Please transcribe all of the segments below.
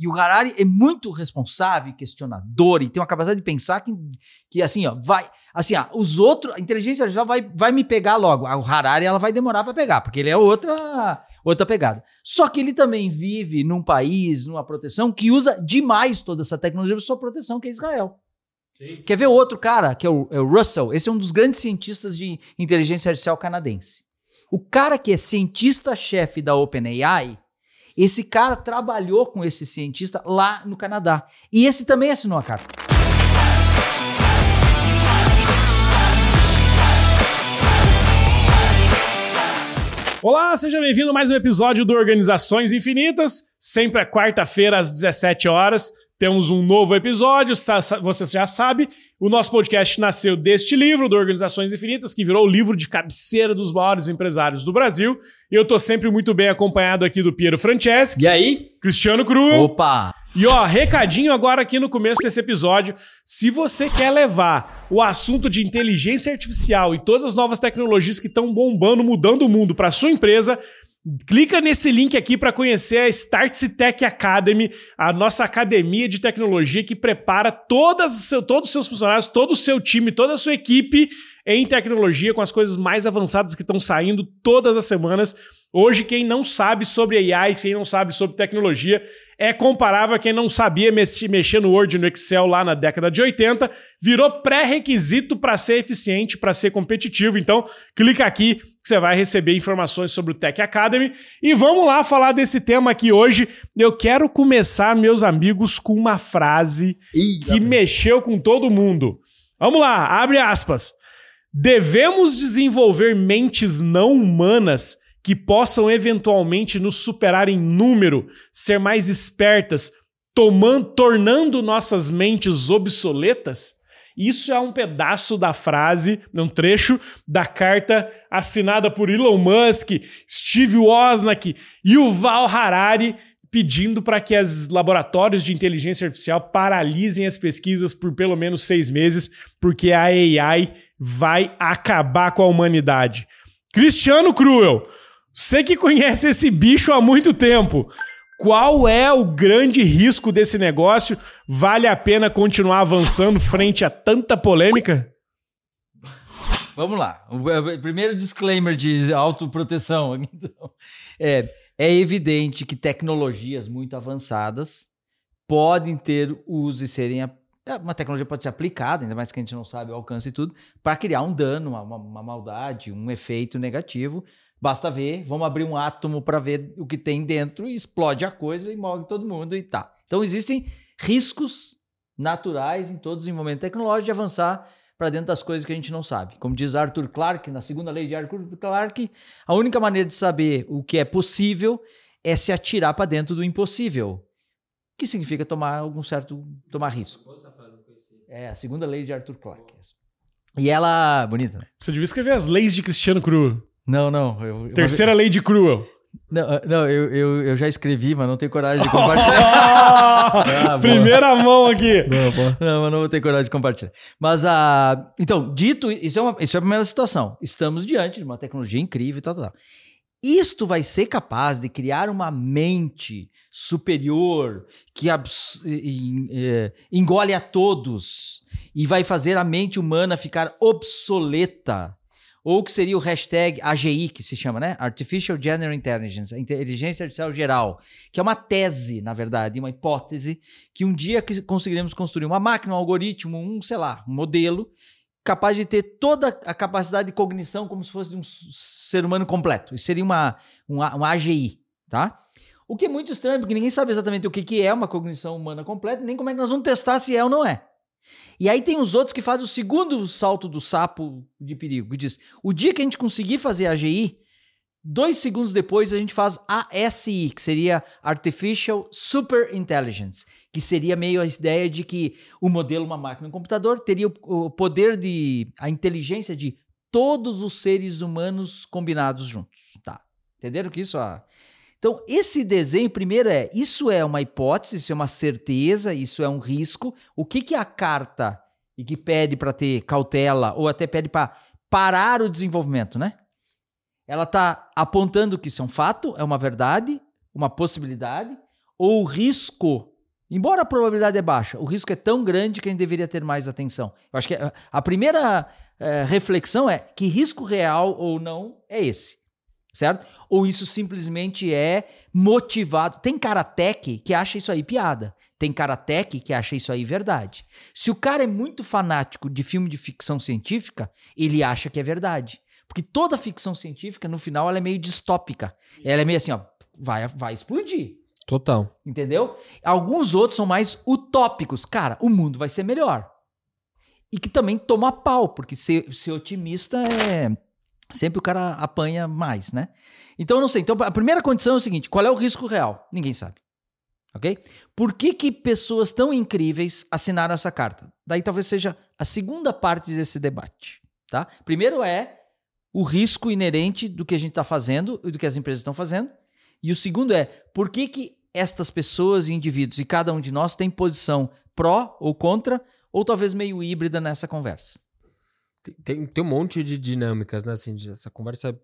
E o Harari é muito responsável, questionador, e tem uma capacidade de pensar que assim, ó, vai... Assim, ó, os outros... A inteligência artificial vai me pegar logo. O Harari, ela vai demorar para pegar, porque ele é outra pegada. Só que ele também vive num país, numa proteção, que usa demais toda essa tecnologia para sua proteção, que é Israel. Sim. Quer ver o outro cara, que é o Russell? Esse é um dos grandes cientistas de inteligência artificial canadense. O cara que é cientista-chefe da OpenAI, esse cara trabalhou com esse cientista lá no Canadá. E esse também assinou a carta. Olá, seja bem-vindo a mais um episódio do Organizações Infinitas. Sempre à quarta-feira, às 17 horas, temos um novo episódio. Você já sabe, o nosso podcast nasceu deste livro, do Organizações Infinitas, que virou o livro de cabeceira dos maiores empresários do Brasil. E eu tô sempre muito bem acompanhado aqui do Piero Franceschi. E aí? Cristiano Cruel. Opa! E ó, recadinho agora aqui no começo desse episódio. Se você quer levar o assunto de inteligência artificial e todas as novas tecnologias que estão bombando, mudando o mundo para sua empresa, clica nesse link aqui para conhecer a Startse Tech Academy, a nossa academia de tecnologia que prepara todos os seus funcionários, todo o seu time, toda a sua equipe em tecnologia com as coisas mais avançadas que estão saindo todas as semanas. Hoje, quem não sabe sobre AI, quem não sabe sobre tecnologia, é comparável a quem não sabia mexer no Word e no Excel lá na década de 80, virou pré-requisito para ser eficiente, para ser competitivo. Então, clica aqui que você vai receber informações sobre o Tech Academy. E vamos lá falar desse tema aqui hoje. Eu quero começar, meus amigos, com uma frase que mexeu com todo mundo. Vamos lá, abre aspas. Devemos desenvolver mentes não humanas que possam eventualmente nos superar em número, ser mais espertas, tornando nossas mentes obsoletas? Isso é um pedaço da frase, um trecho da carta assinada por Elon Musk, Steve Wozniak e Yuval Harari, pedindo para que os laboratórios de inteligência artificial paralisem as pesquisas por pelo menos 6 meses, porque a AI vai acabar com a humanidade. Cristiano Cruel, você que conhece esse bicho há muito tempo, qual é o grande risco desse negócio? Vale a pena continuar avançando frente a tanta polêmica? Vamos lá. O primeiro disclaimer de autoproteção. Então, é evidente que tecnologias muito avançadas podem ter uso e serem... Uma tecnologia pode ser aplicada, ainda mais que a gente não sabe o alcance e tudo, para criar um dano, uma maldade, um efeito negativo. Basta ver, vamos abrir um átomo para ver o que tem dentro e explode a coisa e morre todo mundo e tá. Então existem riscos naturais em todo desenvolvimento tecnológico de avançar para dentro das coisas que a gente não sabe. Como diz Arthur Clarke, na segunda lei de Arthur Clarke, a única maneira de saber o que é possível é se atirar para dentro do impossível. Que significa tomar risco. É a segunda lei de Arthur Clarke. E ela... Bonita, né? Você devia escrever as leis de Cristiano Cruel. Não. Terceira lei de Cruel. Não, eu já escrevi, mas não tenho coragem de compartilhar. Primeira mão aqui. Não, não vou ter coragem de compartilhar. Mas, então, dito isso, isso é a primeira situação. Estamos diante de uma tecnologia incrível e tal. Isto vai ser capaz de criar uma mente superior que engole a todos e vai fazer a mente humana ficar obsoleta. Ou que seria o hashtag AGI, que se chama, né? Artificial General Intelligence, Inteligência Artificial Geral, que é uma tese, na verdade, uma hipótese, que um dia conseguiremos construir uma máquina, um algoritmo, um modelo, capaz de ter toda a capacidade de cognição como se fosse de um ser humano completo. Isso seria uma AGI, tá? O que é muito estranho, porque ninguém sabe exatamente o que é uma cognição humana completa, nem como é que nós vamos testar se é ou não é. E aí tem os outros que fazem o segundo salto do sapo de perigo, que diz, o dia que a gente conseguir fazer AGI, 2 segundos depois a gente faz ASI, que seria Artificial Super Intelligence, que seria meio a ideia de que o modelo, uma máquina, um computador, teria o poder a inteligência de todos os seres humanos combinados juntos. Tá? Entenderam que isso... Então, esse desenho, primeiro isso é uma hipótese, isso é uma certeza, isso é um risco. O que a carta, e que pede para ter cautela, ou até pede para parar o desenvolvimento, né? Ela está apontando que isso é um fato, é uma verdade, uma possibilidade, ou o risco Embora a probabilidade é baixa, o risco é tão grande que a gente deveria ter mais atenção. Eu acho que a primeira reflexão é que risco real ou não é esse, certo? Ou isso simplesmente é motivado. Tem karatec que acha isso aí piada. Tem karatec que acha isso aí verdade. Se o cara é muito fanático de filme de ficção científica, ele acha que é verdade. Porque toda ficção científica, no final, ela é meio distópica. Ela é meio assim, ó, vai explodir. Total. Entendeu? Alguns outros são mais utópicos. Cara, o mundo vai ser melhor. E que também toma pau, porque ser otimista é... Sempre o cara apanha mais, né? Então, eu não sei. Então, a primeira condição é o seguinte, qual é o risco real? Ninguém sabe. Ok? Por que pessoas tão incríveis assinaram essa carta? Daí talvez seja a segunda parte desse debate, tá? Primeiro é o risco inerente do que a gente está fazendo e do que as empresas estão fazendo. E o segundo é, por que estas pessoas e indivíduos e cada um de nós tem posição pró ou contra, ou talvez meio híbrida nessa conversa? Tem um monte de dinâmicas, né? Assim, essa conversa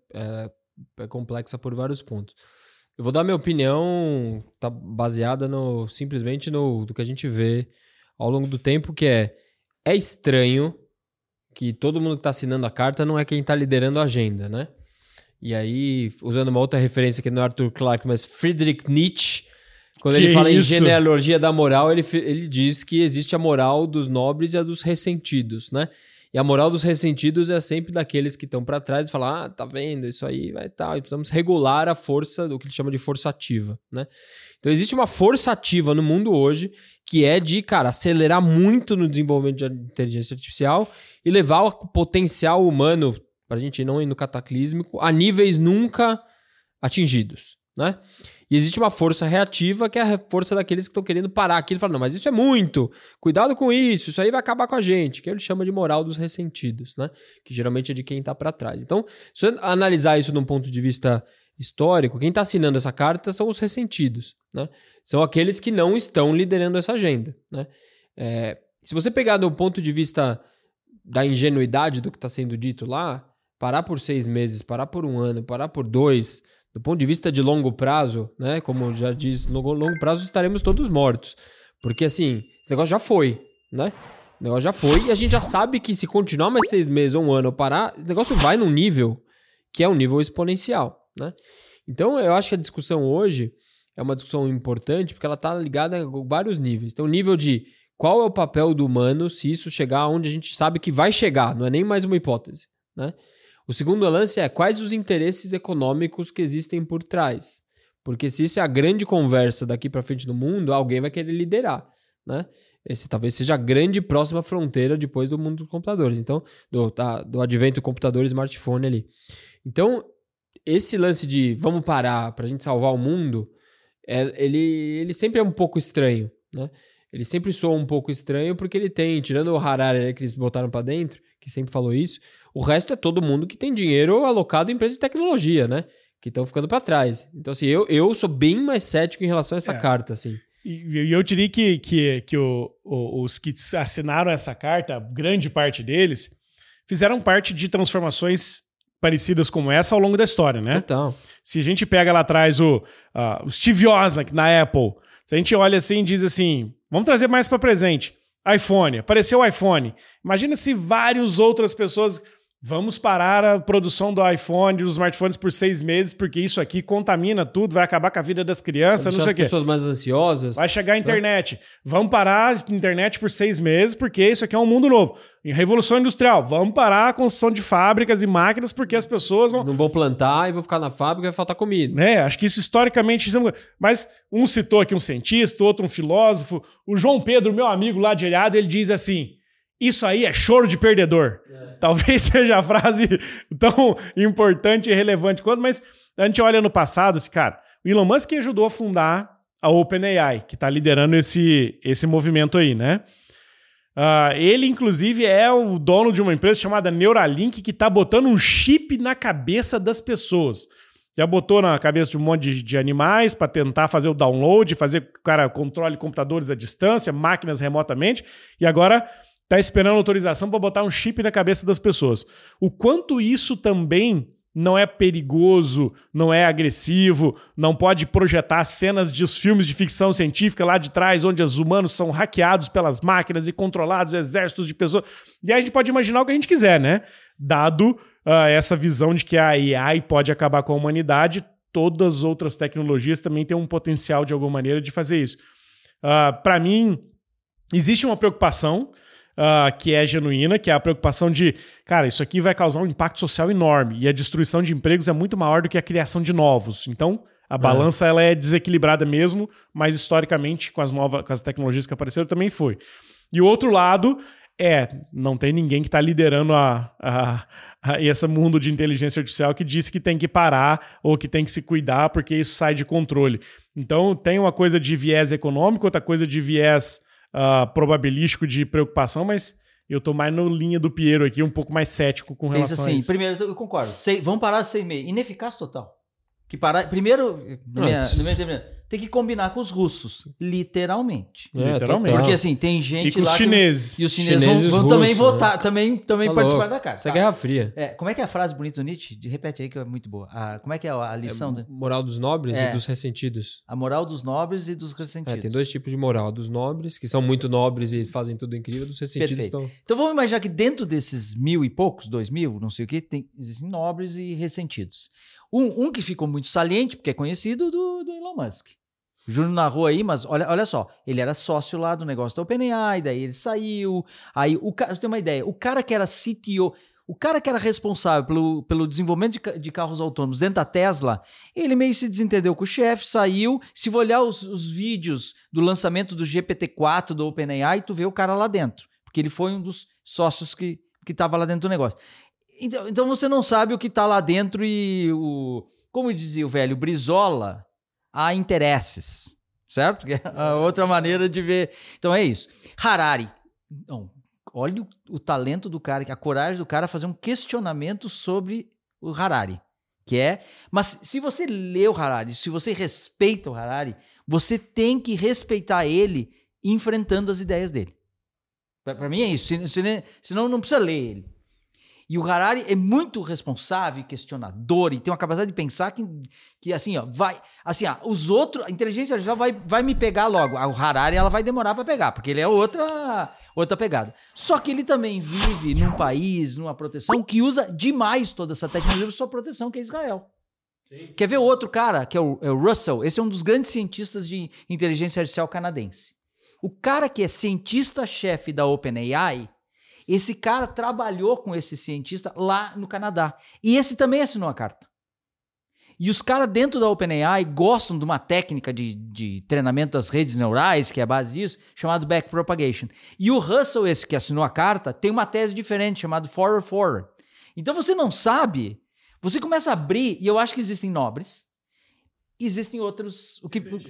é complexa por vários pontos. Eu vou dar minha opinião, tá baseada simplesmente no que a gente vê ao longo do tempo, que é estranho que todo mundo que está assinando a carta não é quem está liderando a agenda, né? E aí, usando uma outra referência que não é Arthur Clarke, mas Friedrich Nietzsche, quando ele fala em genealogia da moral, ele diz que existe a moral dos nobres e a dos ressentidos, né? E a moral dos ressentidos é sempre daqueles que estão para trás e falam, tá vendo, isso aí vai tal, e precisamos regular a força, do que ele chama de força ativa, né? Então existe uma força ativa no mundo hoje que é de, cara, acelerar muito no desenvolvimento de inteligência artificial e levar o potencial humano, para a gente não ir no cataclísmico, a níveis nunca atingidos, né? E existe uma força reativa, que é a força daqueles que estão querendo parar aquilo e falam, não, mas isso é muito, cuidado com isso aí vai acabar com a gente, que ele chama de moral dos ressentidos, né? Que geralmente é de quem está para trás. Então, se eu analisar isso num ponto de vista histórico, quem está assinando essa carta são os ressentidos, né? São aqueles que não estão liderando essa agenda, né? Se você pegar do ponto de vista da ingenuidade do que está sendo dito lá, parar por 6 meses, parar por 1 ano, parar por 2... Do ponto de vista de longo prazo, né? Como já diz, no longo prazo estaremos todos mortos. Porque assim, esse negócio já foi, né? O negócio já foi e a gente já sabe que se continuar mais 6 meses ou 1 ano ou parar, o negócio vai num nível que é um nível exponencial, né? Então eu acho que a discussão hoje é uma discussão importante porque ela está ligada a vários níveis. Então o nível de qual é o papel do humano se isso chegar onde a gente sabe que vai chegar, não é nem mais uma hipótese, né? O segundo lance é quais os interesses econômicos que existem por trás. Porque se isso é a grande conversa daqui para frente no mundo, alguém vai querer liderar, né? Esse talvez seja a grande próxima fronteira depois do mundo dos computadores. Então, do advento do computador e smartphone ali. Então, esse lance de vamos parar para a gente salvar o mundo, ele sempre é um pouco estranho, né? Ele sempre soa um pouco estranho porque ele tem, tirando o Harari que eles botaram para dentro, que sempre falou isso, o resto é todo mundo que tem dinheiro alocado em empresas de tecnologia, né? Que estão ficando para trás. Então, assim, eu sou bem mais cético em relação a essa carta, assim. E eu diria que os que assinaram essa carta, grande parte deles, fizeram parte de transformações parecidas como essa ao longo da história, né? Total. Se a gente pega lá atrás o Steve Wozniak na Apple, se a gente olha assim e diz assim, vamos trazer mais para presente. iPhone, apareceu o iPhone. Imagina se várias outras pessoas... Vamos parar a produção do iPhone e dos smartphones por 6 meses, porque isso aqui contamina tudo, vai acabar com a vida das crianças, não sei o quê. As pessoas mais ansiosas. Vai chegar a internet. Vamos parar a internet por 6 meses, porque isso aqui é um mundo novo. Em Revolução Industrial, vamos parar a construção de fábricas e máquinas, porque as pessoas vão... Não vão plantar e vão ficar na fábrica e vai faltar comida. Acho que isso historicamente... Mas um citou aqui um cientista, outro um filósofo. O João Pedro, meu amigo lá de Ilhado, ele diz assim... Isso aí é choro de perdedor. Talvez seja a frase tão importante e relevante quanto, mas a gente olha no passado, cara, o Elon Musk ajudou a fundar a OpenAI, que está liderando esse movimento aí, né? Ele, inclusive, é o dono de uma empresa chamada Neuralink, que está botando um chip na cabeça das pessoas. Já botou na cabeça de um monte de animais para tentar fazer o download, fazer que o cara controle computadores à distância, máquinas remotamente, e agora... Está esperando autorização para botar um chip na cabeça das pessoas. O quanto isso também não é perigoso, não é agressivo, não pode projetar cenas dos filmes de ficção científica lá de trás, onde os humanos são hackeados pelas máquinas e controlados, exércitos de pessoas. E aí a gente pode imaginar o que a gente quiser, né? Dado essa visão de que a AI pode acabar com a humanidade, todas as outras tecnologias também têm um potencial, de alguma maneira, de fazer isso. Para mim, existe uma preocupação que é genuína, que é a preocupação de, cara, isso aqui vai causar um impacto social enorme e a destruição de empregos é muito maior do que a criação de novos. Então, a balança ela é desequilibrada mesmo, mas historicamente, com as tecnologias que apareceram, também foi. E o outro lado não tem ninguém que está liderando esse mundo de inteligência artificial que disse que tem que parar ou que tem que se cuidar porque isso sai de controle. Então, tem uma coisa de viés econômico, outra coisa de viés probabilístico de preocupação, mas eu tô mais na linha do Piero aqui, um pouco mais cético com relação a isso. Primeiro, eu concordo. Vamos parar 6,5. Ineficaz total. Primeiro, tem que combinar com os russos, literalmente. Literalmente. Porque assim, tem gente e com lá... os chineses. E os chineses vão também votar, também Tá participar da carta. Isso é Guerra Fria. Como é que é a frase bonita do Nietzsche? Repete aí que é muito boa. Como é que é a lição? Moral dos nobres e dos ressentidos. A moral dos nobres e dos ressentidos. Tem 2 tipos de moral. Dos nobres, que são muito nobres e fazem tudo incrível, dos ressentidos estão... Então vamos imaginar que dentro desses 1.000 e poucos, 2.000, não sei o que, existem nobres e ressentidos. Um que ficou muito saliente, porque é conhecido, do Elon Musk. O Júnior narrou aí, mas olha só, ele era sócio lá do negócio da OpenAI, daí ele saiu, aí o cara, você tem uma ideia, o cara que era CTO, o cara que era responsável pelo desenvolvimento de carros autônomos dentro da Tesla, ele meio se desentendeu com o chefe, saiu, se for olhar os vídeos do lançamento do GPT-4 do OpenAI, tu vê o cara lá dentro, porque ele foi um dos sócios que estava lá dentro do negócio. Então você não sabe o que está lá dentro e como dizia o velho Brizola, há interesses, certo? Que é a outra maneira de ver. Então é isso. Harari. Não, olha o talento do cara, a coragem do cara fazer um questionamento sobre o Harari. Mas se você lê o Harari, se você respeita o Harari, você tem que respeitar ele enfrentando as ideias dele. Para mim é isso. Senão não precisa ler ele. E o Harari é muito responsável e questionador e tem uma capacidade de pensar que assim, os outros, a inteligência artificial vai me pegar logo. O Harari ela vai demorar para pegar, porque ele é outra pegada. Só que ele também vive num país, numa proteção que usa demais toda essa tecnologia para sua proteção, que é Israel. Sim. Quer ver o outro cara, que é o Russell? Esse é um dos grandes cientistas de inteligência artificial canadense. O cara que é cientista-chefe da OpenAI, esse cara trabalhou com esse cientista lá no Canadá. E esse também assinou a carta. E os caras dentro da OpenAI gostam de uma técnica de treinamento das redes neurais, que é a base disso, chamado backpropagation. E o Russell, esse que assinou a carta, tem uma tese diferente, chamada forward. Então você não sabe, você começa a abrir, e eu acho que existem nobres, existem outros...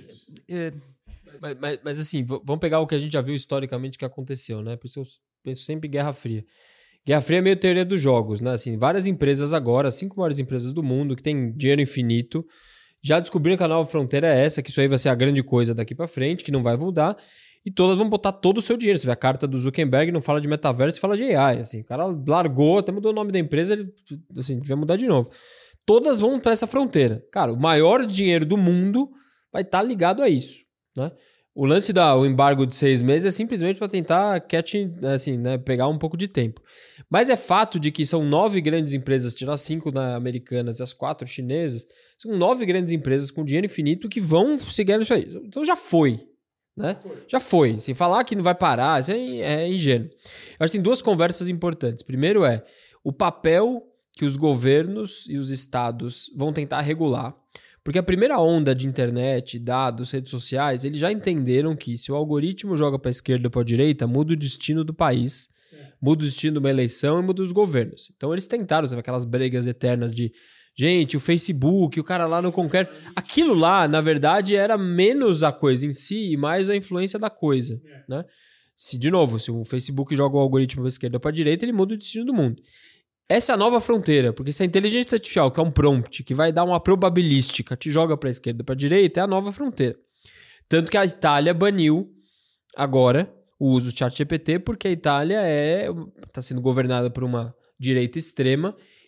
Mas assim, vamos pegar o que a gente já viu historicamente que aconteceu, né? Por isso eu penso sempre em Guerra Fria. Guerra Fria é meio teoria dos jogos, né? Assim, várias empresas agora, as 5 maiores empresas do mundo, que têm dinheiro infinito, já descobriram que a nova fronteira é essa, que isso aí vai ser a grande coisa daqui pra frente, que não vai mudar, e todas vão botar todo o seu dinheiro. Você vê a carta do Zuckerberg, não fala de metaverso, fala de AI. Assim, o cara largou, até mudou o nome da empresa, ele assim, vai mudar de novo. Todas vão pra essa fronteira. Cara, o maior dinheiro do mundo vai estar ligado a isso, né? O lance do embargo de 6 meses é simplesmente para tentar pegar um pouco de tempo. Mas é fato de que são 9 grandes empresas, tirar 5 americanas e as 4 chinesas, são 9 grandes empresas com dinheiro infinito que vão seguir isso aí. Então já foi, né? Já foi. Sem falar que não vai parar, isso aí é ingênuo. Eu acho que tem 2 conversas importantes. Primeiro é o papel que os governos e os estados vão tentar regular. Porque a primeira onda de internet, dados, redes sociais, eles já entenderam que se o algoritmo joga para a esquerda ou para a direita, muda o destino do país, muda o destino de uma eleição e muda os governos. Então eles tentaram, sabe, aquelas brigas eternas de, gente, o Facebook, o cara lá não conquer. Aquilo lá, na verdade, era menos a coisa em si e mais a influência da coisa, né? Se o Facebook joga o algoritmo para a esquerda ou para a direita, ele muda o destino do mundo. Essa é a nova fronteira, porque se a inteligência artificial, que é um prompt, que vai dar uma probabilística, te joga para a esquerda ou para a direita, é a nova fronteira. Tanto que a Itália baniu agora o uso do ChatGPT, porque a Itália está sendo governada por uma direita extrema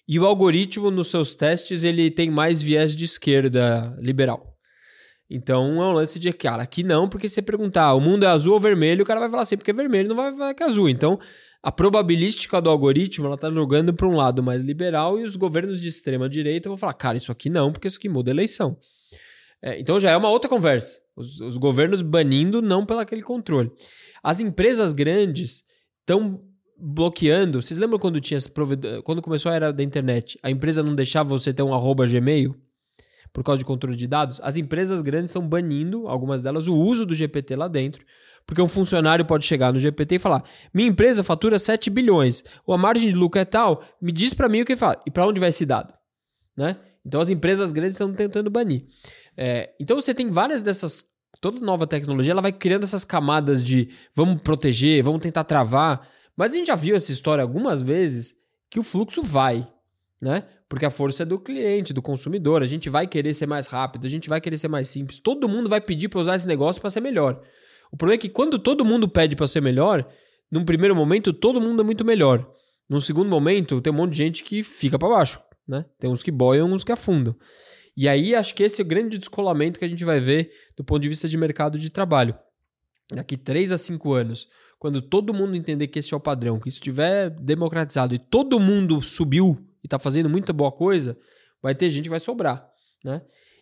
E o algoritmo, nos seus testes, ele tem mais viés de esquerda liberal. Então, é um lance de, cara, aqui não, porque se você perguntar, o mundo é azul ou vermelho, o cara vai falar assim, porque é vermelho, não vai falar que é azul. Então, a probabilística do algoritmo, ela tá jogando para um lado mais liberal e os governos de extrema direita vão falar, cara, isso aqui não, porque isso aqui muda a eleição. Então, já é uma outra conversa. Os governos banindo, não pelo aquele controle. As empresas grandes estão bloqueando. Vocês lembram quando tinha quando começou a era da internet, a empresa não deixava você ter um @gmail por causa de controle de dados? As empresas grandes estão banindo, algumas delas, o uso do GPT lá dentro, porque um funcionário pode chegar no GPT e falar, minha empresa fatura 7 bilhões, ou a margem de lucro é tal, me diz para mim o que fala, e para onde vai esse dado? Né? Então as empresas grandes estão tentando banir. Então você tem várias dessas, toda nova tecnologia, ela vai criando essas camadas de vamos proteger, vamos tentar travar. Mas a gente já viu essa história algumas vezes que o fluxo vai, né? Porque a força é do cliente, do consumidor. A gente vai querer ser mais rápido, a gente vai querer ser mais simples. Todo mundo vai pedir para usar esse negócio para ser melhor. O problema é que quando todo mundo pede para ser melhor, num primeiro momento todo mundo é muito melhor. Num segundo momento tem um monte de gente que fica para baixo, né? Tem uns que boiam, uns que afundam. E aí acho que esse é o grande descolamento que a gente vai ver do ponto de vista de mercado de trabalho. Daqui 3 a 5 anos, quando todo mundo entender que esse é o padrão, que isso estiver democratizado e todo mundo subiu e está fazendo muita boa coisa, vai ter gente que vai sobrar, né?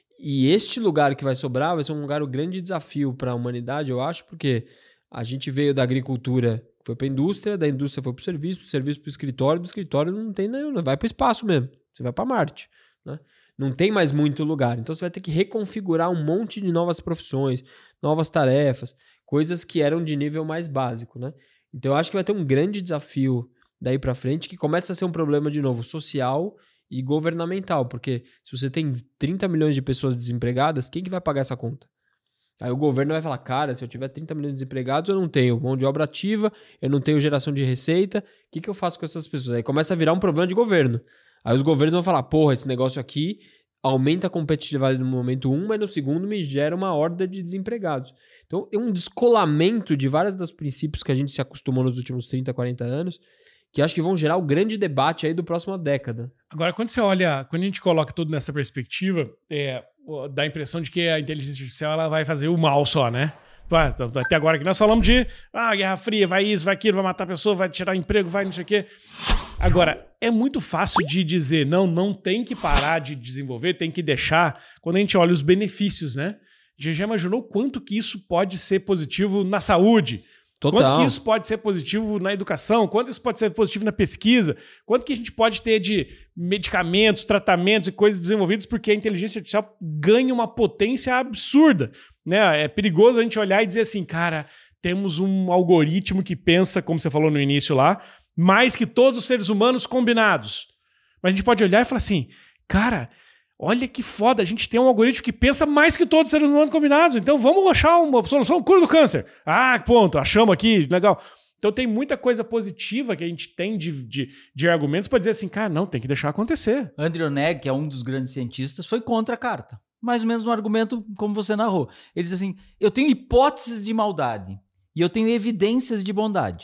E este lugar que vai sobrar vai ser um lugar, um grande desafio para a humanidade, eu acho, porque a gente veio da agricultura, foi para a indústria, da indústria foi para o serviço para o escritório, do escritório não tem nenhum, vai para o espaço mesmo, você vai para Marte, né? Não tem mais muito lugar. Então você vai ter que reconfigurar um monte de novas profissões, novas tarefas, coisas que eram de nível mais básico, né? Então eu acho que vai ter um grande desafio daí para frente, que começa a ser um problema, de novo, social e governamental, porque se você tem 30 milhões de pessoas desempregadas, quem que vai pagar essa conta? Aí o governo vai falar, cara, se eu tiver 30 milhões de desempregados, eu não tenho mão de obra ativa, eu não tenho geração de receita, o que eu faço com essas pessoas? Aí começa a virar um problema de governo. Aí os governos vão falar, porra, esse negócio aqui aumenta a competitividade no momento 1, mas no segundo me gera uma horda de desempregados. Então é um descolamento de vários dos princípios que a gente se acostumou nos últimos 30, 40 anos, que acho que vão gerar o grande debate aí do próxima década. Agora, quando a gente coloca tudo nessa perspectiva, dá a impressão de que a inteligência artificial ela vai fazer o mal só, né? Até agora que nós falamos de Guerra Fria, vai isso, vai aquilo, vai matar a pessoa, vai tirar emprego, vai não sei o quê. Agora, é muito fácil de dizer, não tem que parar de desenvolver, tem que deixar, quando a gente olha os benefícios, né? Já imaginou quanto que isso pode ser positivo na saúde? Total. Quanto que isso pode ser positivo na educação? Quanto isso pode ser positivo na pesquisa? Quanto que a gente pode ter de medicamentos, tratamentos e coisas desenvolvidas porque a inteligência artificial ganha uma potência absurda, né? É perigoso a gente olhar e dizer assim, cara, temos um algoritmo que pensa, como você falou no início lá, mais que todos os seres humanos combinados. Mas a gente pode olhar e falar assim, cara, olha que foda, a gente tem um algoritmo que pensa mais que todos os seres humanos combinados, então vamos achar uma solução, cura do câncer. Ponto, achamos aqui, legal. Então tem muita coisa positiva que a gente tem de argumentos para dizer assim, cara, não, tem que deixar acontecer. Andrew Nag, que é um dos grandes cientistas, foi contra a carta. Mais ou menos um argumento como você narrou. Ele diz assim, eu tenho hipóteses de maldade e eu tenho evidências de bondade.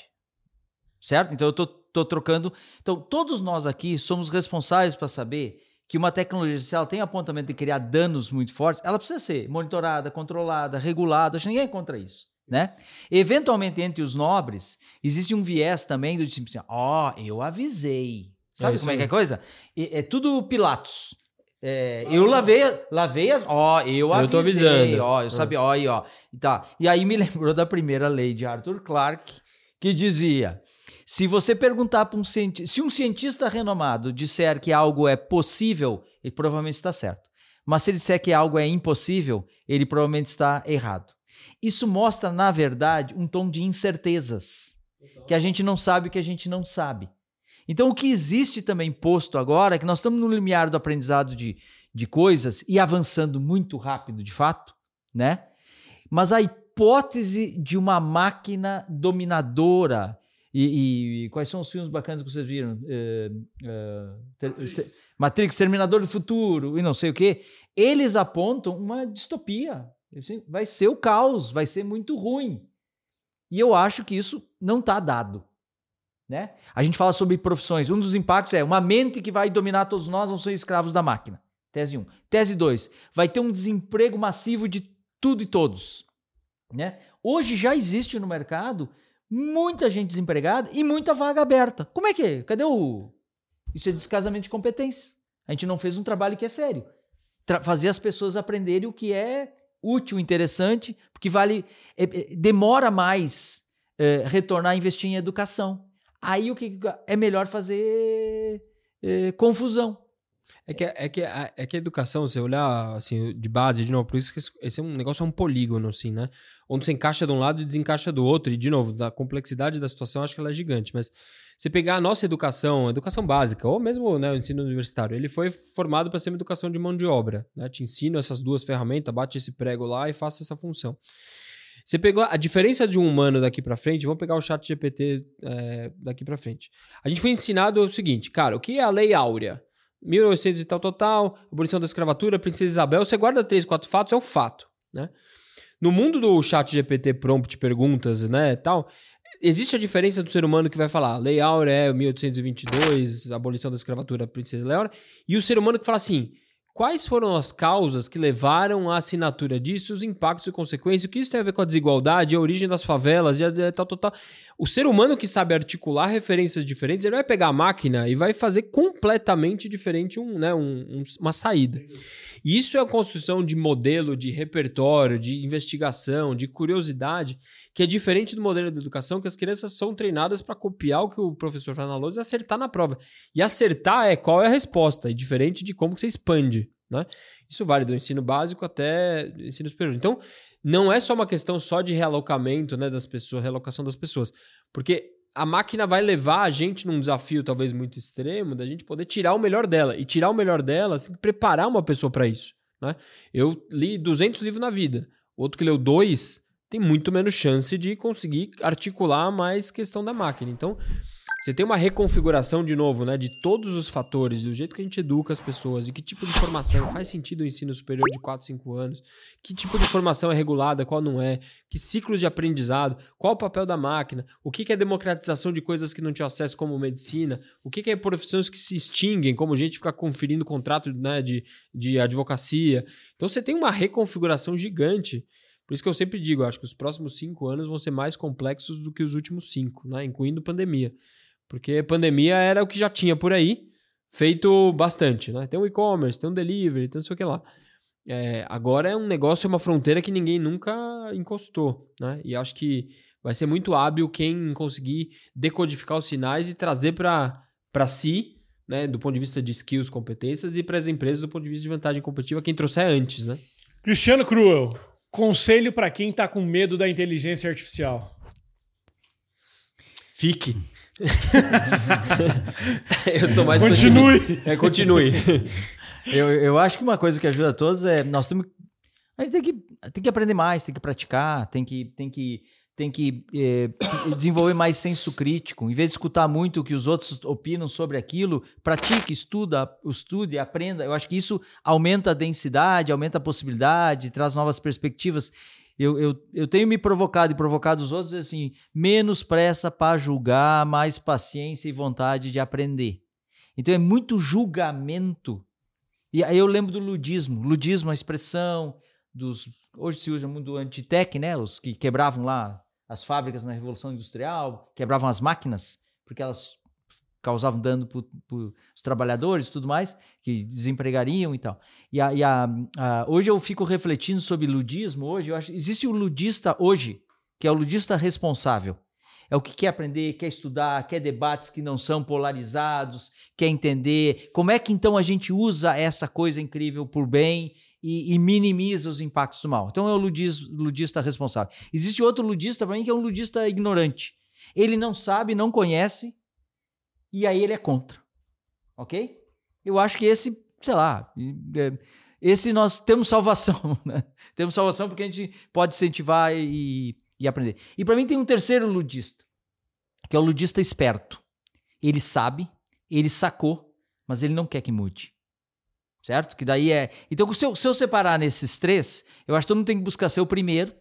Certo? Então eu tô trocando. Então todos nós aqui somos responsáveis para saber que uma tecnologia, se ela tem apontamento de criar danos muito fortes, ela precisa ser monitorada, controlada, regulada. Acho que ninguém é contra isso, né? Eventualmente, entre os nobres, existe um viés também do tipo assim, eu avisei. Sabe como é que é a coisa? É tudo Pilatos. Eu lavei as... eu avisei. Eu tô avisando. Eu sabia, Tá. E aí me lembrou da primeira lei de Arthur Clarke, que dizia... Se você perguntar para se um cientista renomado disser que algo é possível, ele provavelmente está certo. Mas se ele disser que algo é impossível, ele provavelmente está errado. Isso mostra, na verdade, um tom de incertezas, que a gente não sabe o que a gente não sabe. Então, o que existe também posto agora é que nós estamos no limiar do aprendizado de coisas e avançando muito rápido, de fato, né? Mas a hipótese de uma máquina dominadora... E quais são os filmes bacanas que vocês viram? Matrix, Terminador do Futuro e não sei o quê. Eles apontam uma distopia. Vai ser o caos, vai ser muito ruim. E eu acho que isso não está dado. né? A gente fala sobre profissões. Um dos impactos é uma mente que vai dominar todos nós, não ser escravos da máquina. Tese 1. Tese 2. Vai ter um desemprego massivo de tudo e todos, né? Hoje já existe no mercado muita gente desempregada e muita vaga aberta. Como é que é? Cadê o... Isso é descasamento de competências. A gente não fez um trabalho que é sério. Fazer as pessoas aprenderem o que é útil, interessante, porque demora mais retornar a investir em educação. Aí o que é melhor fazer confusão. É que a educação, se olhar assim, de base, de novo, por isso que esse é um negócio, é um polígono, assim, né? Onde você encaixa de um lado e desencaixa do outro. E, de novo, da complexidade da situação, acho que ela é gigante. Mas você pegar a nossa educação, a educação básica, ou mesmo, né, o ensino universitário, ele foi formado para ser uma educação de mão de obra, né? Te ensino essas duas ferramentas, bate esse prego lá e faça essa função. Você pegou a diferença de um humano daqui para frente, vamos pegar o ChatGPT daqui para frente. A gente foi ensinado o seguinte, cara, o que é a Lei Áurea? 1800 e tal, abolição da escravatura, Princesa Isabel, você guarda 3, 4 fatos, é um fato, né? No mundo do ChatGPT prompt, perguntas, né, tal, existe a diferença do ser humano que vai falar Lei Áurea é 1822, abolição da escravatura, Princesa Leora, e o ser humano que fala assim, quais foram as causas que levaram à assinatura disso, os impactos e consequências, o que isso tem a ver com a desigualdade, a origem das favelas, e tal. O ser humano que sabe articular referências diferentes, ele vai pegar a máquina e vai fazer completamente diferente uma saída. E isso é a construção de modelo, de repertório, de investigação, de curiosidade, que é diferente do modelo de educação, que as crianças são treinadas para copiar o que o professor fala na lousa e acertar na prova. E acertar qual é a resposta, é diferente de como que você expande, né? Isso vale do ensino básico até ensino superior. Então, não é só uma questão só de realocamento, né, das pessoas, realocação das pessoas, porque a máquina vai levar a gente num desafio talvez muito extremo da gente poder tirar o melhor dela. E tirar o melhor dela, você tem que preparar uma pessoa para isso, né? Eu li 200 livros na vida. Outro que leu 2 tem muito menos chance de conseguir articular mais questão da máquina. Então, você tem uma reconfiguração, de novo, né, de todos os fatores, do jeito que a gente educa as pessoas, de que tipo de formação faz sentido o ensino superior de 4, 5 anos, que tipo de formação é regulada, qual não é, que ciclos de aprendizado, qual o papel da máquina, o que é democratização de coisas que não tinham acesso, como medicina, o que é profissões que se extinguem, como gente ficar conferindo contrato, né, de advocacia. Então você tem uma reconfiguração gigante. Por isso que eu sempre digo, eu acho que os próximos 5 anos vão ser mais complexos do que os últimos 5, né, incluindo pandemia. Porque pandemia era o que já tinha por aí, feito bastante, né? Tem um e-commerce, tem um delivery, tem não sei o que lá. Agora é um negócio, é uma fronteira que ninguém nunca encostou, né? E acho que vai ser muito hábil quem conseguir decodificar os sinais e trazer para si, né? Do ponto de vista de skills, competências, e para as empresas do ponto de vista de vantagem competitiva, quem trouxer antes, né? Cristiano Cruel, conselho para quem tá com medo da inteligência artificial. Fique. Eu sou mais Continue. Continue. Eu acho que uma coisa que ajuda a todos é a gente tem que aprender mais, tem que praticar, tem que desenvolver mais senso crítico. Em vez de escutar muito o que os outros opinam sobre aquilo, pratique, estude, aprenda. Eu acho que isso aumenta a densidade, aumenta a possibilidade, traz novas perspectivas. Eu tenho me provocado e provocado os outros assim, menos pressa para julgar, mais paciência e vontade de aprender. Então é muito julgamento. E aí eu lembro do ludismo. Ludismo é a expressão hoje se usa muito do antitech, né? Os que quebravam lá as fábricas na Revolução Industrial, quebravam as máquinas, porque elas causavam dano para os trabalhadores e tudo mais, que desempregariam e tal. Hoje eu fico refletindo sobre ludismo. Hoje eu acho existe o ludista hoje, que é o ludista responsável. É o que quer aprender, quer estudar, quer debates que não são polarizados, quer entender como é que então a gente usa essa coisa incrível por bem e minimiza os impactos do mal. Então é o ludista responsável. Existe outro ludista para mim que é um ludista ignorante. Ele não sabe, não conhece, e aí ele é contra, ok? Eu acho que esse, sei lá, esse nós temos salvação, né? Temos salvação porque a gente pode incentivar e aprender. E para mim tem um terceiro ludista, que é o ludista esperto. Ele sabe, ele sacou, mas ele não quer que mude. Certo? Que daí é... Então, se eu separar nesses três, eu acho que todo mundo tem que buscar ser o primeiro.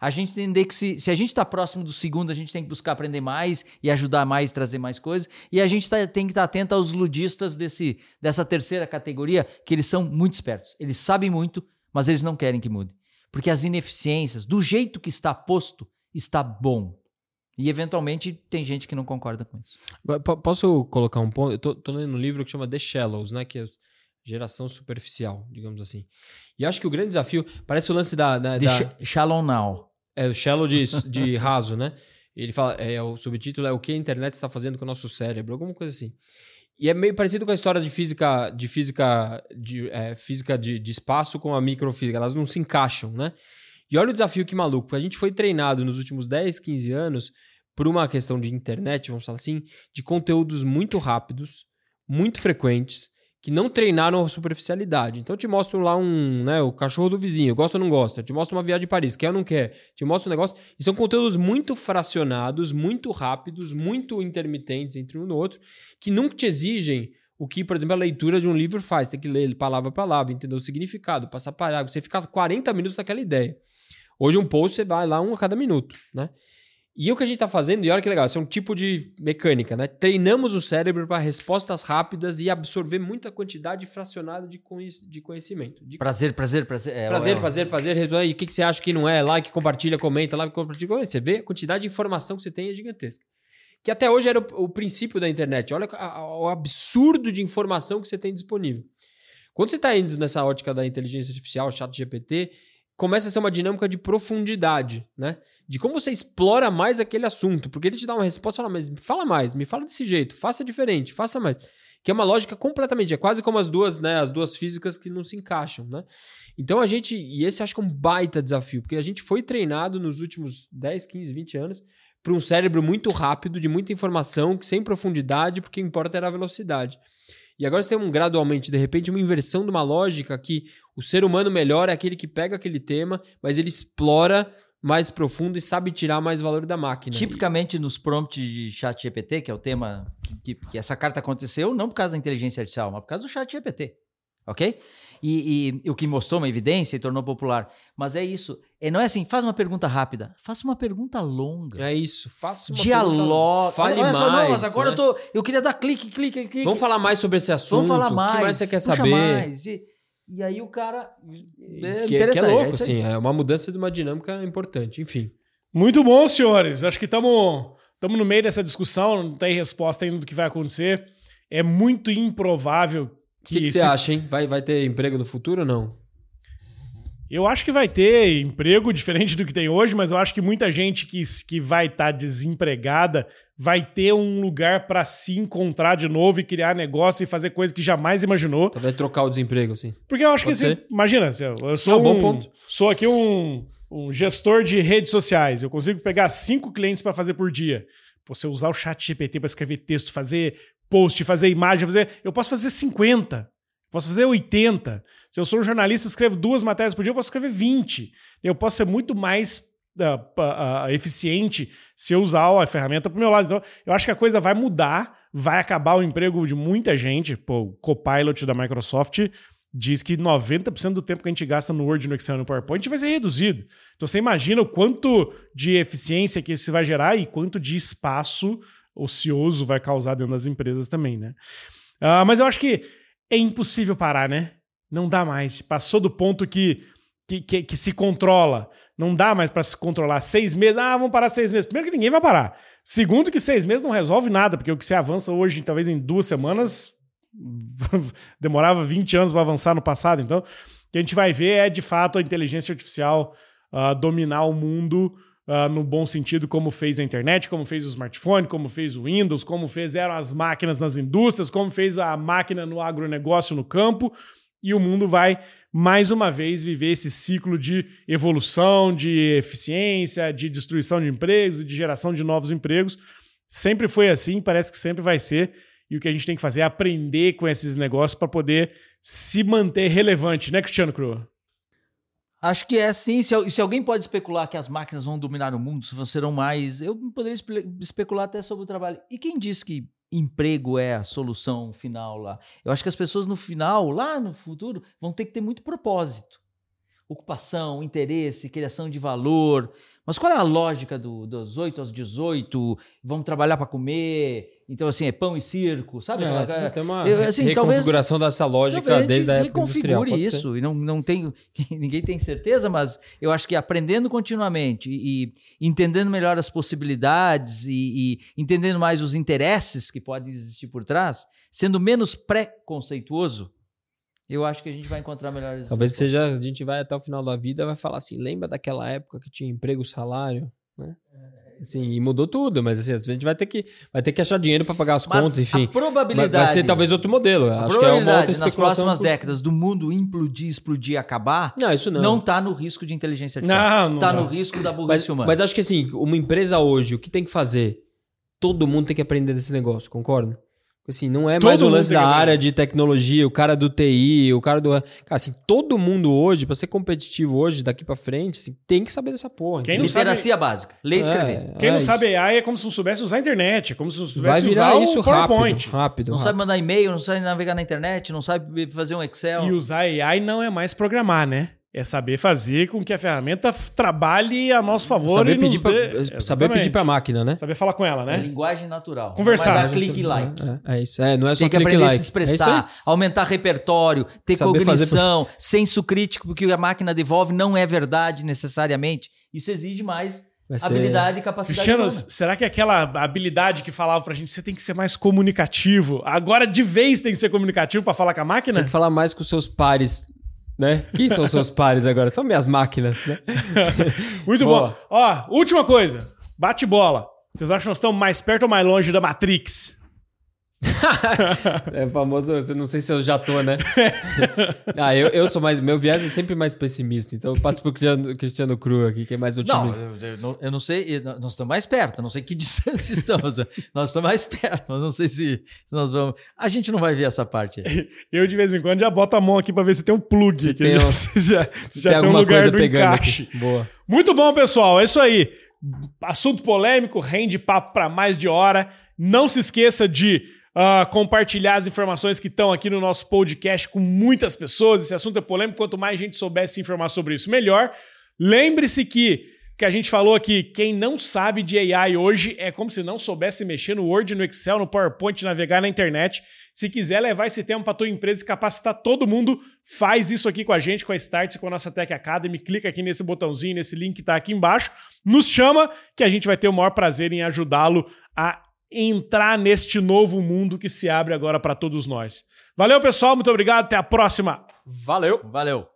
A gente entender que se a gente está próximo do segundo, a gente tem que buscar aprender mais e ajudar mais, trazer mais coisas. E a gente tem que estar atento aos ludistas dessa terceira categoria, que eles são muito espertos. Eles sabem muito, mas eles não querem que mude. Porque as ineficiências, do jeito que está posto, está bom. E, eventualmente, tem gente que não concorda com isso. Posso colocar um ponto? Eu tô lendo um livro que chama The Shallows, né? Que é geração superficial, digamos assim. E acho que o grande desafio... Parece o lance Shallow now. É o shallow de raso, né? Ele fala... o subtítulo é o que a internet está fazendo com o nosso cérebro, alguma coisa assim. E é meio parecido com a história de física de espaço com a microfísica. Elas não se encaixam, né? E olha o desafio que maluco, porque a gente foi treinado nos últimos 10, 15 anos por uma questão de internet, vamos falar assim, de conteúdos muito rápidos, muito frequentes, que não treinaram a superficialidade. Então eu te mostro lá o cachorro do vizinho, gosta ou não gosta, eu te mostro uma viagem de Paris, quer ou não quer, te mostro um negócio, e são conteúdos muito fracionados, muito rápidos, muito intermitentes entre um e outro, que nunca te exigem o que, por exemplo, a leitura de um livro faz, tem que ler palavra a palavra, entender o significado, passar parágrafo, você fica 40 minutos naquela ideia. Hoje um post você vai lá um a cada minuto, né? E o que a gente está fazendo, e olha que legal, isso é um tipo de mecânica, né? Treinamos o cérebro para respostas rápidas e absorver muita quantidade fracionada de conhecimento. Prazer. Prazer. E o que você acha que não é? Like, compartilha, comenta. Você vê a quantidade de informação que você tem é gigantesca. Que até hoje era o princípio da internet. Olha o absurdo de informação que você tem disponível. Quando você está indo nessa ótica da inteligência artificial, ChatGPT, começa a ser uma dinâmica de profundidade, né? De como você explora mais aquele assunto. Porque ele te dá uma resposta e fala, mas fala mais, me fala desse jeito, faça diferente, faça mais. Que é uma lógica completamente, é quase como as duas físicas que não se encaixam, né? Então e esse acho que é um baita desafio, porque a gente foi treinado nos últimos 10, 15, 20 anos para um cérebro muito rápido, de muita informação, sem profundidade, porque o que importa era a velocidade. E agora você tem gradualmente, de repente, uma inversão de uma lógica que o ser humano melhor é aquele que pega aquele tema, mas ele explora mais profundo e sabe tirar mais valor da máquina. Tipicamente nos prompts de ChatGPT, que é o tema que essa carta aconteceu, não por causa da inteligência artificial, mas por causa do ChatGPT, ok? E o que mostrou uma evidência e tornou popular. Mas é isso. Não é assim, faz uma pergunta rápida. Faça uma pergunta longa. É isso. Faça uma dialogue. Fale mais. Não, mas agora né? eu queria dar clique. Vamos falar mais sobre esse assunto. Vamos falar mais. O que mais você quer saber? Mais. E aí o cara... Que é louco, assim. É uma mudança de uma dinâmica importante. Enfim. Muito bom, senhores. Acho que estamos no meio dessa discussão. Não tem resposta ainda do que vai acontecer. É muito improvável O que você acha, hein? Vai ter emprego no futuro ou não? Eu acho que vai ter emprego diferente do que tem hoje, mas eu acho que muita gente que vai estar desempregada vai ter um lugar para se encontrar de novo e criar negócio e fazer coisas que jamais imaginou. Então vai trocar o desemprego, assim. Porque eu acho que assim, imagina, eu sou bom ponto. Sou aqui um gestor de redes sociais. Eu consigo pegar 5 clientes para fazer por dia. Você usar o ChatGPT para escrever texto, fazer post, fazer imagem, eu posso fazer 50, posso fazer 80. Se eu sou um jornalista, escrevo 2 matérias por dia, eu posso escrever 20. Eu posso ser muito mais eficiente se eu usar a ferramenta para o meu lado. Então, eu acho que a coisa vai mudar, vai acabar o emprego de muita gente. O Copilot da Microsoft diz que 90% do tempo que a gente gasta no Word, no Excel e no PowerPoint vai ser reduzido. Então você imagina o quanto de eficiência que isso vai gerar e quanto de espaço ocioso vai causar dentro das empresas também, né? Mas eu acho que é impossível parar, né? Não dá mais. Passou do ponto que se controla. Não dá mais para se controlar. 6 meses, vamos parar 6 meses. Primeiro que ninguém vai parar. Segundo que 6 meses não resolve nada, porque o que se avança hoje, talvez em 2 semanas, demorava 20 anos para avançar no passado. Então, o que a gente vai ver é, de fato, a inteligência artificial dominar o mundo no bom sentido, como fez a internet, como fez o smartphone, como fez o Windows, como fizeram as máquinas nas indústrias, como fez a máquina no agronegócio no campo, e o mundo vai, mais uma vez, viver esse ciclo de evolução, de eficiência, de destruição de empregos e de geração de novos empregos. Sempre foi assim, parece que sempre vai ser, e o que a gente tem que fazer é aprender com esses negócios para poder se manter relevante, né, Cristiano Cruz? Acho que é sim. Se alguém pode especular que as máquinas vão dominar o mundo, se serão mais... Eu poderia especular até sobre o trabalho. E quem diz que emprego é a solução final lá? Eu acho que as pessoas no final, lá no futuro, vão ter que ter muito propósito. Ocupação, interesse, criação de valor. Mas qual é a lógica dos 8 aos 18? Vamos trabalhar para comer? Então, assim, é pão e circo, sabe? Tem uma assim, reconfiguração dessa lógica desde a época industrial. Reconfigure isso. E não tenho, ninguém tem certeza, mas eu acho que aprendendo continuamente e entendendo melhor as possibilidades e entendendo mais os interesses que podem existir por trás, sendo menos preconceituoso, eu acho que a gente vai encontrar melhores... Talvez seja, a gente vai até o final da vida, vai falar assim, lembra daquela época que tinha emprego, salário, né? Assim, e mudou tudo, mas assim, a gente vai ter que achar dinheiro para pagar as contas, enfim. A probabilidade... Vai ser talvez outro modelo. Acho que é uma outra nas próximas décadas do mundo implodir, explodir, acabar... Não, isso não. Não está no risco de inteligência artificial. Não está no risco da burrice humana. Mas acho que assim, uma empresa hoje, o que tem que fazer? Todo mundo tem que aprender desse negócio, concorda? Assim, não é mais o lance da área de tecnologia, o cara do TI, o cara do... Cara, assim, todo mundo hoje, pra ser competitivo hoje, daqui pra frente, assim, tem que saber dessa porra. Literacia básica. Ler e escrever. Quem não sabe AI é como se não soubesse usar a internet, é como se não soubesse vai virar usar isso o PowerPoint. Rápido. Sabe mandar e-mail, não sabe navegar na internet, não sabe fazer um Excel. E usar AI não é mais programar, né? É saber fazer com que a ferramenta trabalhe a nosso favor saber e pedir nos dê... Saber pedir pra máquina, né? Saber falar com ela, né? É linguagem natural. Conversar. Não vai dar clique e like. É isso. Não é só tem que clique aprender e like. a se expressar, aumentar repertório, ter saber cognição, senso crítico, porque a máquina devolve não é verdade necessariamente. Isso exige mais habilidade e capacidade. Cristiano, humana. será que aquela habilidade que falava pra gente, você tem que ser mais comunicativo, agora de vez tem que ser comunicativo pra falar com a máquina? Você tem que falar mais com os seus pares, né? Quem são os seus pares agora? São minhas máquinas, né? Muito bom. Ó, última coisa. Bate bola. Vocês acham que nós estamos mais perto ou mais longe da Matrix? É famoso, não sei se eu já tô, né? Eu sou mais... Meu viés é sempre mais pessimista, então eu passo pro Cristiano Cru aqui, que é mais otimista. Não, eu não sei, nós estamos mais perto, eu não sei que distância estamos. Nós estamos mais perto, mas não sei se nós vamos... A gente não vai ver essa parte aí. Eu, de vez em quando, já boto a mão aqui pra ver se tem um plug. Se aqui. tem, já tem alguma um lugar coisa do pegando encaixe. Aqui. Boa. Muito bom, pessoal. É isso aí. Assunto polêmico, rende papo pra mais de hora. Não se esqueça de... compartilhar as informações que estão aqui no nosso podcast com muitas pessoas. Esse assunto é polêmico, quanto mais gente soubesse informar sobre isso, melhor. Lembre-se que a gente falou aqui, quem não sabe de AI hoje é como se não soubesse mexer no Word, no Excel, no PowerPoint, navegar na internet. Se quiser levar esse tempo para tua empresa e capacitar todo mundo, faz isso aqui com a gente, com a Startse, com a nossa Tech Academy. Clica aqui nesse botãozinho, nesse link que está aqui embaixo. Nos chama que a gente vai ter o maior prazer em ajudá-lo a entrar neste novo mundo que se abre agora para todos nós. Valeu, pessoal. Muito obrigado. Até a próxima. Valeu.